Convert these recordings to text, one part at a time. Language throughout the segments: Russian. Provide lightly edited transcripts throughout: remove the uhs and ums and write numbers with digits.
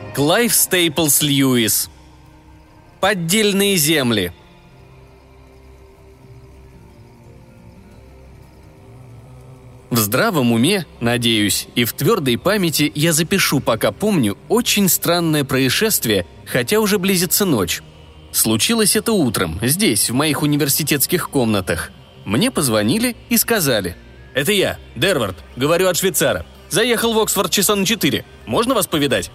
Клайв Стейплс Льюис. Поддельные земли. В здравом уме, надеюсь, и в твердой памяти я запишу, пока помню, очень странное происшествие, хотя уже близится ночь. Случилось это утром, здесь, в моих университетских комнатах. Мне позвонили и сказали: «Это я, Дервард, говорю от швейцара. Заехал в Оксфорд часа на 4. Можно вас повидать?»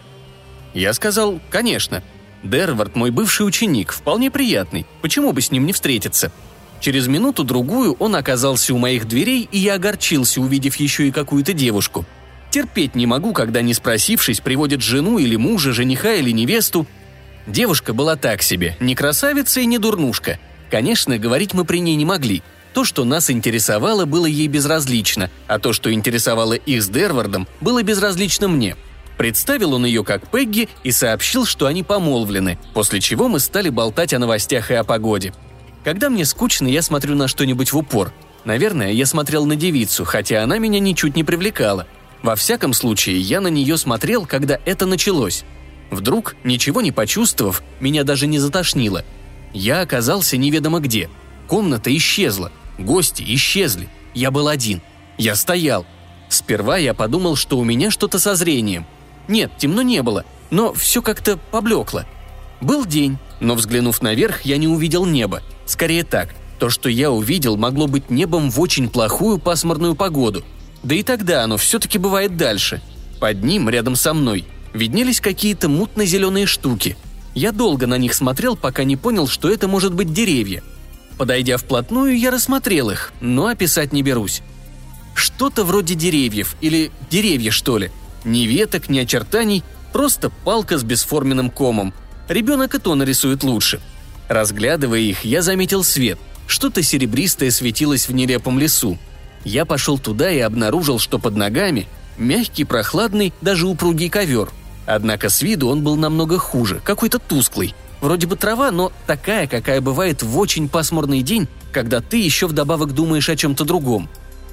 Я сказал: «Конечно. Дервард мой бывший ученик, вполне приятный. Почему бы с ним не встретиться?» Через минуту-другую он оказался у моих дверей, и я огорчился, увидев еще и какую-то девушку. Терпеть не могу, когда, не спросившись, приводят жену или мужа, жениха или невесту. Девушка была так себе, не красавица и не дурнушка. Конечно, говорить мы при ней не могли. То, что нас интересовало, было ей безразлично, а то, что интересовало их с Дервардом, было безразлично мне. Представил он ее как Пегги и сообщил, что они помолвлены, после чего мы стали болтать о новостях и о погоде. Когда мне скучно, я смотрю на что-нибудь в упор. Наверное, я смотрел на девицу, хотя она меня ничуть не привлекала. Во всяком случае, я на нее смотрел, когда это началось. Вдруг, ничего не почувствовав, меня даже не затошнило. Я оказался неведомо где. Комната исчезла, гости исчезли. Я был один. Я стоял. Сперва я подумал, что у меня что-то со зрением. Нет, темно не было, но все как-то поблекло. Был день, но, взглянув наверх, я не увидел неба. Скорее так, то, что я увидел, могло быть небом в очень плохую пасмурную погоду. Да и тогда оно все-таки бывает дальше. Под ним, рядом со мной, виднелись какие-то мутно-зеленые штуки. Я долго на них смотрел, пока не понял, что это может быть деревья. Подойдя вплотную, я рассмотрел их, но описать не берусь. Что-то вроде деревьев, или деревья, что ли. Ни веток, ни очертаний, просто палка с бесформенным комом. Ребенок и то нарисует лучше. Разглядывая их, я заметил свет. Что-то серебристое светилось в нелепом лесу. Я пошел туда и обнаружил, что под ногами мягкий, прохладный, даже упругий ковер. Однако с виду он был намного хуже, какой-то тусклый. Вроде бы трава, но такая, какая бывает в очень пасмурный день, когда ты еще вдобавок думаешь о чем-то другом.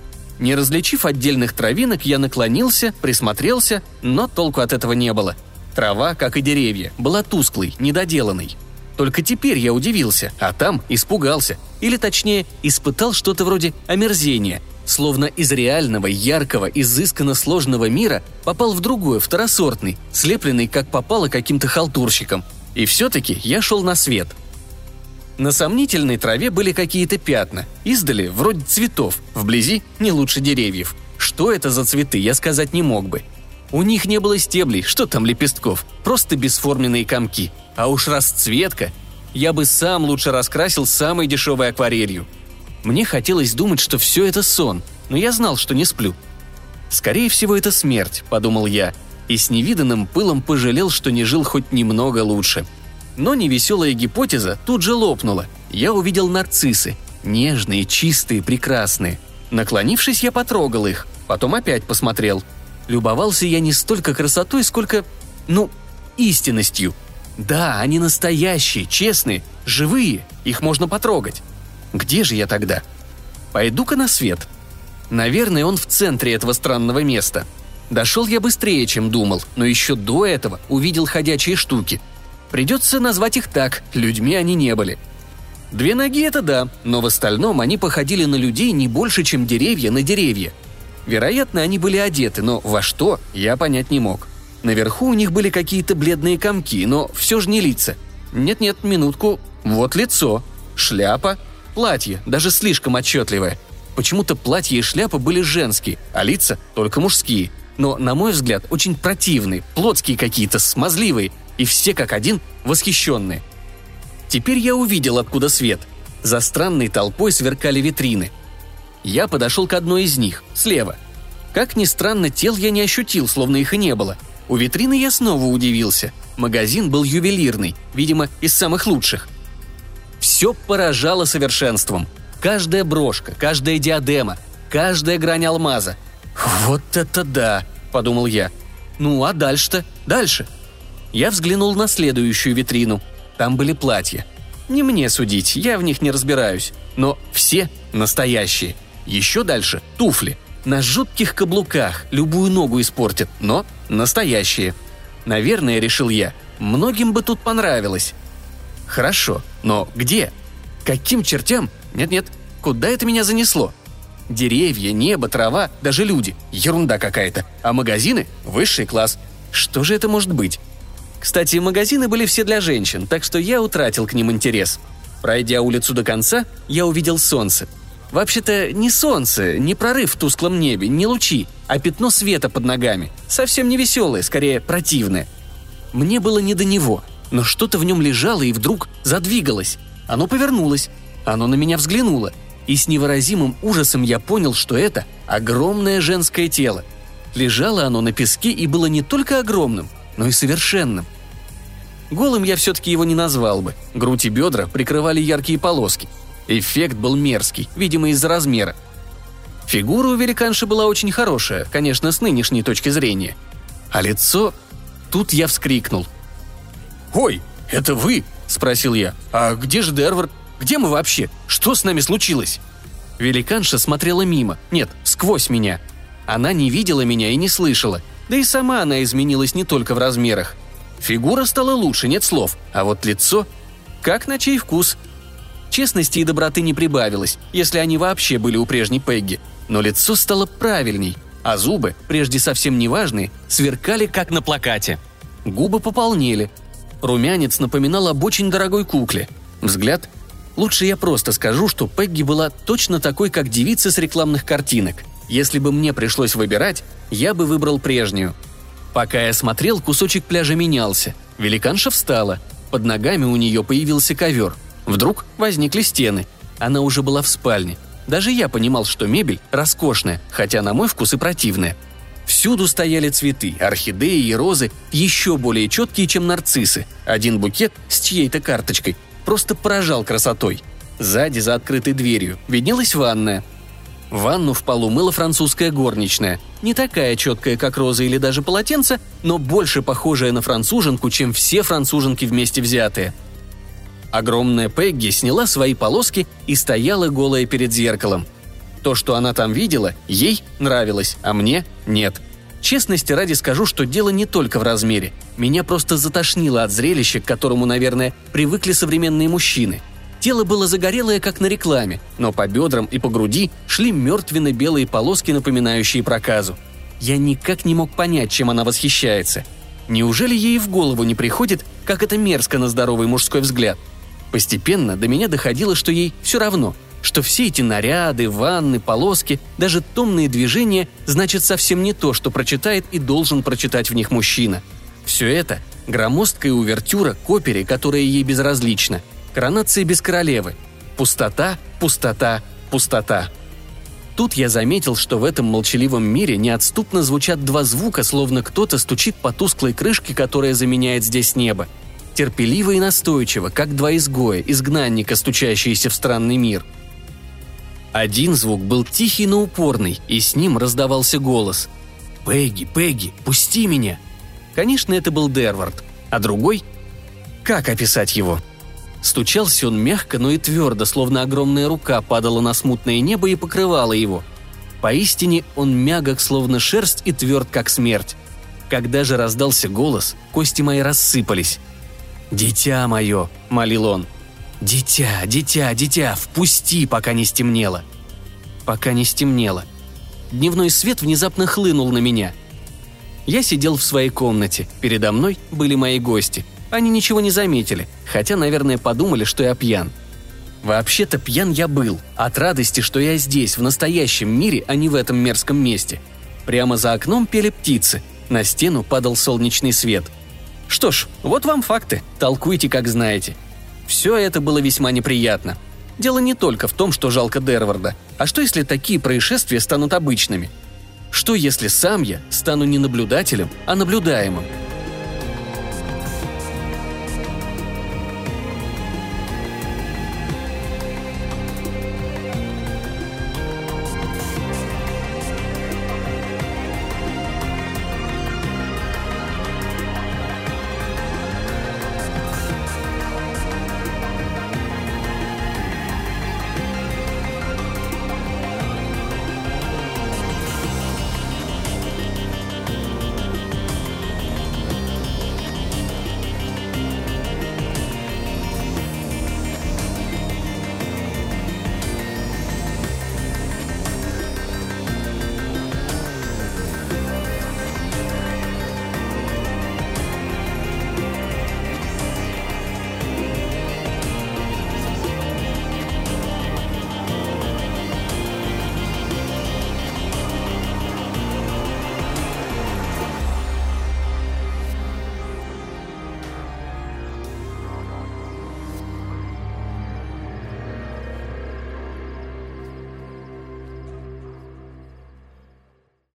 Не различив отдельных травинок, я наклонился, присмотрелся, но толку от этого не было. Трава, как и деревья, была тусклой, недоделанной. Только теперь я удивился, а там испугался. Или точнее, испытал что-то вроде омерзения. Словно из реального, яркого, изысканно сложного мира попал в другой, второсортный, слепленный, как попало, каким-то халтурщиком. И все-таки я шел на свет. На сомнительной траве были какие-то пятна. Издали вроде цветов, вблизи не лучше деревьев. Что это за цветы, я сказать не мог бы. У них не было стеблей, что там лепестков, просто бесформенные комки. А уж расцветка. Я бы сам лучше раскрасил самой дешевой акварелью. Мне хотелось думать, что все это сон, но я знал, что не сплю. «Скорее всего, это смерть», — подумал я, и с невиданным пылом пожалел, что не жил хоть немного лучше. Но невеселая гипотеза тут же лопнула. Я увидел нарциссы. Нежные, чистые, прекрасные. Наклонившись, я потрогал их. Потом опять посмотрел. Любовался я не столько красотой, сколько, истинностью. Да, они настоящие, честные, живые. Их можно потрогать. Где же я тогда? Пойду-ка на свет. Наверное, он в центре этого странного места. Дошел я быстрее, чем думал, но еще до этого увидел ходячие штуки. Придется назвать их так, людьми они не были. 2 ноги – это да, но в остальном они походили на людей не больше, чем деревья на деревья. Вероятно, они были одеты, но во что, я понять не мог. Наверху у них были какие-то бледные комки, но все же не лица. Нет-нет, минутку, вот лицо, шляпа, платье, даже слишком отчетливое. Почему-то платье и шляпа были женские, а лица только мужские. Но, на мой взгляд, очень противные, плотские какие-то, смазливые, и все как один восхищенные. Теперь я увидел, откуда свет. За странной толпой сверкали витрины. Я подошел к одной из них, слева. Как ни странно, тел я не ощутил, словно их и не было. У витрины я снова удивился. Магазин был ювелирный, видимо, из самых лучших. Все поражало совершенством. Каждая брошка, каждая диадема, каждая грань алмаза. «Вот это да!» – подумал я. «Ну, а дальше-то? Дальше?» Я взглянул на следующую витрину. Там были платья. Не мне судить, я в них не разбираюсь. Но все настоящие. Еще дальше – туфли. На жутких каблуках, любую ногу испортят, но настоящие. Наверное, решил я, многим бы тут понравилось. Хорошо, но где? Каким чертям? Нет-нет, куда это меня занесло? Деревья, небо, трава, даже люди. Ерунда какая-то. А магазины – высший класс. Что же это может быть? Кстати, магазины были все для женщин, так что я утратил к ним интерес. Пройдя улицу до конца, я увидел солнце. Вообще-то не солнце, не прорыв в тусклом небе, не лучи, а пятно света под ногами. Совсем не веселое, скорее противное. Мне было не до него, но что-то в нем лежало и вдруг задвигалось. Оно повернулось, оно на меня взглянуло. И с невыразимым ужасом я понял, что это огромное женское тело. Лежало оно на песке и было не только огромным, но и совершенным. Голым я все-таки его не назвал бы. Грудь и бедра прикрывали яркие полоски. Эффект был мерзкий, видимо, из-за размера. Фигура у великанши была очень хорошая, конечно, с нынешней точки зрения. А лицо... Тут я вскрикнул. «Ой, это вы?» – спросил я. «А где же Дервард? Где мы вообще? Что с нами случилось?» Великанша смотрела мимо, нет, сквозь меня. Она не видела меня и не слышала, да и сама она изменилась не только в размерах. Фигура стала лучше, нет слов, а вот лицо... Как на чей вкус? Честности и доброты не прибавилось, если они вообще были у прежней Пегги, но лицо стало правильней, а зубы, прежде совсем неважные, сверкали как на плакате. Губы пополнели. Румянец напоминал об очень дорогой кукле. Взгляд... Лучше я просто скажу, что Пегги была точно такой, как девица с рекламных картинок. Если бы мне пришлось выбирать, я бы выбрал прежнюю. Пока я смотрел, кусочек пляжа менялся. Великанша встала. Под ногами у нее появился ковер. Вдруг возникли стены. Она уже была в спальне. Даже я понимал, что мебель роскошная, хотя на мой вкус и противная. Всюду стояли цветы, орхидеи и розы, еще более четкие, чем нарциссы. Один букет с чьей-то карточкой просто поражал красотой. Сзади, за открытой дверью, виднелась ванная. Ванну в полу мыла французская горничная. Не такая четкая, как роза или даже полотенце, но больше похожая на француженку, чем все француженки вместе взятые. Огромная Пегги сняла свои полоски и стояла голая перед зеркалом. То, что она там видела, ей нравилось, а мне – нет. Честности ради скажу, что дело не только в размере. Меня просто затошнило от зрелища, к которому, наверное, привыкли современные мужчины. Тело было загорелое, как на рекламе, но по бедрам и по груди шли мертвенно-белые полоски, напоминающие проказу. Я никак не мог понять, чем она восхищается. Неужели ей в голову не приходит, как это мерзко на здоровый мужской взгляд? Постепенно до меня доходило, что ей все равно, что все эти наряды, ванны, полоски, даже томные движения значат совсем не то, что прочитает и должен прочитать в них мужчина. Все это – громоздкая увертюра к опере, которая ей безразлична. Коронация без королевы. Пустота, пустота, пустота. Тут я заметил, что в этом молчаливом мире неотступно звучат два звука, словно кто-то стучит по тусклой крышке, которая заменяет здесь небо. Терпеливо и настойчиво, как два изгоя, изгнанника, стучащиеся в странный мир. Один звук был тихий, но упорный, и с ним раздавался голос. «Пегги, Пегги, пусти меня!» Конечно, это был Дервард, а другой... Как описать его? Стучался он мягко, но и твердо, словно огромная рука падала на смутное небо и покрывала его. Поистине он мягок, словно шерсть, и тверд, как смерть. Когда же раздался голос, кости мои рассыпались. «Дитя мое!» – молил он. «Дитя, дитя, дитя, впусти, пока не стемнело!» Пока не стемнело. Дневной свет внезапно хлынул на меня. Я сидел в своей комнате, передо мной были мои гости. Они ничего не заметили, хотя, наверное, подумали, что я пьян. Вообще-то пьян я был, от радости, что я здесь, в настоящем мире, а не в этом мерзком месте. Прямо за окном пели птицы, на стену падал солнечный свет. Что ж, вот вам факты, толкуйте, как знаете. Все это было весьма неприятно. Дело не только в том, что жалко Дерварда, а что если такие происшествия станут обычными? Что если сам я стану не наблюдателем, а наблюдаемым?